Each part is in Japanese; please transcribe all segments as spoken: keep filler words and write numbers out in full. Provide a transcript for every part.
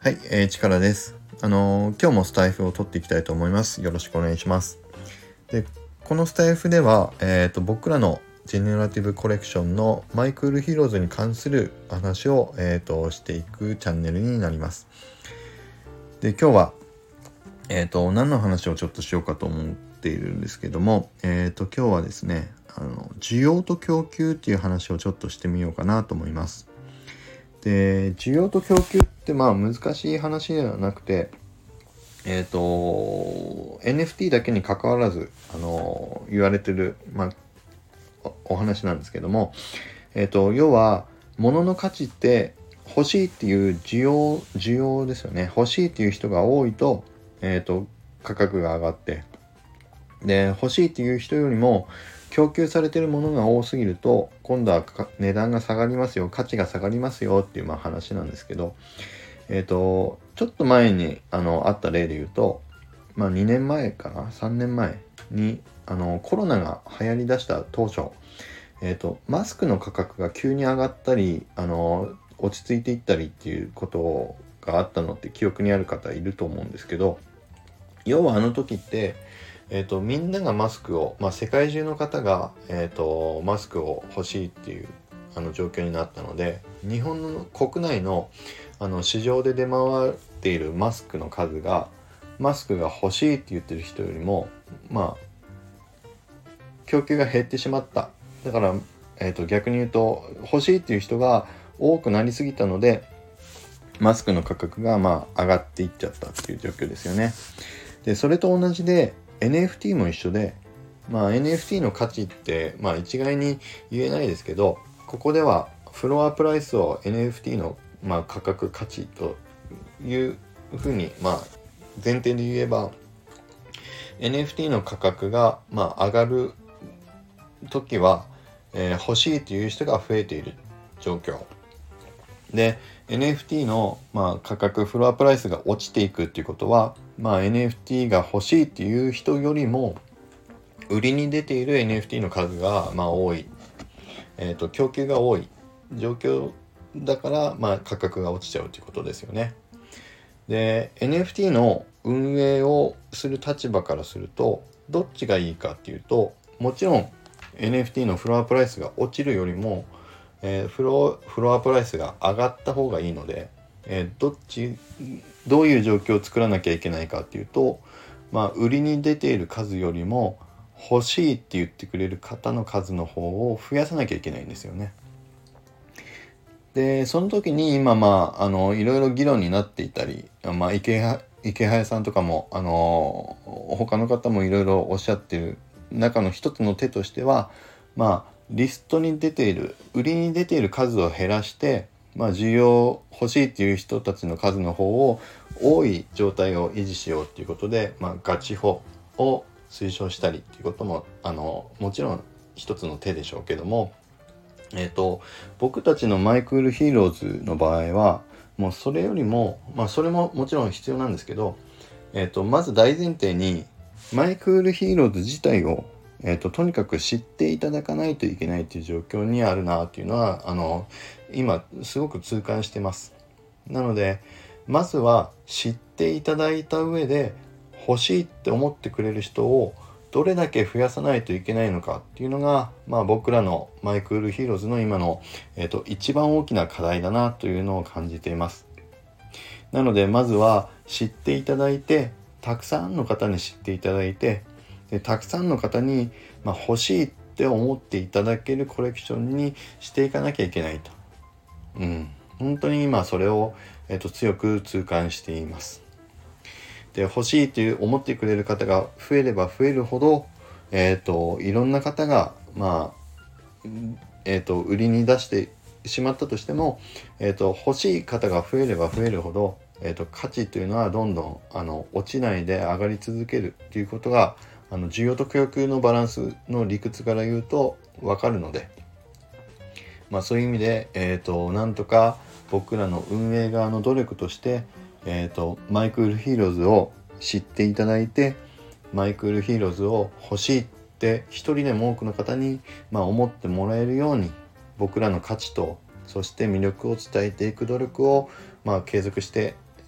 はい、えー、力です。あのー今日もスタイフを取っていきたいと思います。よろしくお願いします。で、このスタイフでは、えーと、僕らのジェネラティブコレクションのマイクールヒーローズに関する話を、えーと、していくチャンネルになります。で、今日は、えーと、何の話をちょっとしようかと思っているんですけども、えーと、今日はですね、あの需要と供給っていう話をちょっとしてみようかなと思います。で、需要と供給ってまあ難しい話ではなくて、えっと エヌエフティー だけに関わらずあの言われてる、まあ、お, お話なんですけども、えっと要は物の価値って欲しいっていう需要需要ですよね。欲しいっていう人が多いと、えっと価格が上がって、で欲しいっていう人よりも供給されているものが多すぎると今度は値段が下がりますよ、価値が下がりますよっていうまあ話なんですけど、えっとちょっと前にあのあった例で言うと、まあにねんまえかな、さんねんまえにあのコロナが流行りだした当初、えっとマスクの価格が急に上がったり、あの落ち着いていったりっていうことがあったのって記憶にある方いると思うんですけど、要はあの時ってえーと、みんながマスクを、まあ、世界中の方が、えーと、マスクを欲しいっていうあの状況になったので、日本の国内の、あの市場で出回っているマスクの数が、マスクが欲しいって言ってる人よりもまあ供給が減ってしまった。だから、えーと、逆に言うと欲しいっていう人が多くなりすぎたので、マスクの価格がまあ上がっていっちゃったっていう状況ですよね。でそれと同じで エヌエフティー も一緒で、まあ エヌエフティー の価値ってまあ一概に言えないですけど、ここではフロアプライスを エヌエフティー のまあ価格価値というふうにまあ前提で言えば、 エヌエフティー の価格がまあ上がる時は、えー欲しいという人が増えている状況で、 エヌエフティー の、まあ、価格フロアプライスが落ちていくっていうことは、まあ、エヌエフティー が欲しいっていう人よりも売りに出ている エヌエフティー の数が、まあ、多い、えーと、供給が多い状況だから、まあ、価格が落ちちゃうということですよね。で エヌエフティー の運営をする立場からするとどっちがいいかっていうと、もちろん エヌエフティー のフロアプライスが落ちるよりも、えー、フロフロアプライスが上がった方がいいので、えー、どっちどういう状況を作らなきゃいけないかっていうと、まあ、売りに出ている数よりも欲しいって言ってくれる方の数の方を増やさなきゃいけないんですよね。でその時に今まああのいろいろ議論になっていたり、まあ、池は池早さんとかもあの他の方もいろいろおっしゃっている中の一つの手としては、まあリストに出ている売りに出ている数を減らして、まあ、需要欲しいっていう人たちの数の方を多い状態を維持しようっていうことで、まあ、ガチ法を推奨したりっていうこともあのもちろん一つの手でしょうけども、えーと、僕たちのマイクールヒーローズの場合はもうそれよりも、まあそれももちろん必要なんですけど、えーと、まず大前提にマイクールヒーローズ自体を、えーと、とにかく知っていただかないといけないという状況にあるなっていうのはあの今すごく痛感してます。なのでまずは知っていただいた上で欲しいって思ってくれる人をどれだけ増やさないといけないのかっていうのが、まあ、僕らのマイクールヒーローズの今の、えーと、一番大きな課題だなというのを感じています。なのでまずは知っていただいて、たくさんの方に知っていただいて、でたくさんの方に、まあ、欲しいって思っていただけるコレクションにしていかなきゃいけないと、うん、本当に今それを、えーと、強く痛感しています。で欲しいという思ってくれる方が増えれば増えるほど、えーと、いろんな方が、まあえーと、売りに出してしまったとしても、えーと、欲しい方が増えれば増えるほど、えーと、価値というのはどんどんあの落ちないで上がり続けるということが、あの需要と供給のバランスの理屈から言うと分かるので、まあ、そういう意味で、えーと、なんとか僕らの運営側の努力としてえーと、マイクールヒーローズを知っていただいて、マイクールヒーローズを欲しいって一人でも多くの方に、まあ、思ってもらえるように僕らの価値とそして魅力を伝えていく努力を、まあ、継続して、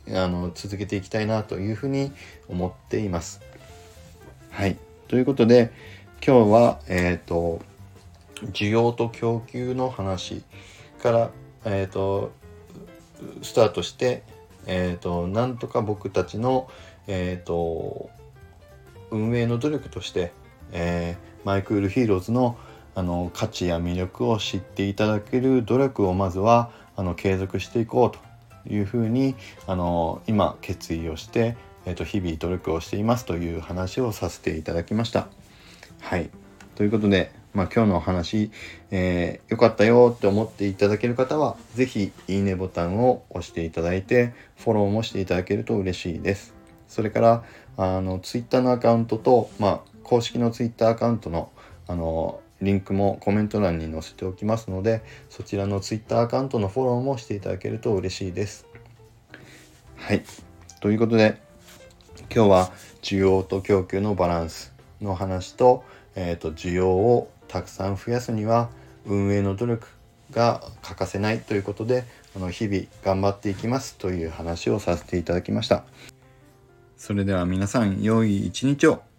あの続けていきたいなというふうに思っています。はい、ということで今日は、えーと、需要と供給の話から、えーと、スタートして、えーと、なんとか僕たちの、えーと、運営の努力として、えー、マイクールヒーローズのあの価値や魅力を知っていただける努力をまずはあの継続していこうというふうにあの今決意をして、えーと、日々努力をしていますという話をさせていただきました。はい、ということで、まあ、今日のお話、えー、よかったよって思っていただける方はぜひいいねボタンを押していただいてフォローもしていただけると嬉しいです。それからあのツイッターのアカウントと、まあ、公式のツイッターアカウントのあのリンクもコメント欄に載せておきますので、そちらのツイッターアカウントのフォローもしていただけると嬉しいです。はい、ということで今日は需要と供給のバランスの話と、えーと、需要をたくさん増やすには運営の努力が欠かせないということで、あの日々頑張っていきますという話をさせていただきました。それでは皆さん良い一日を。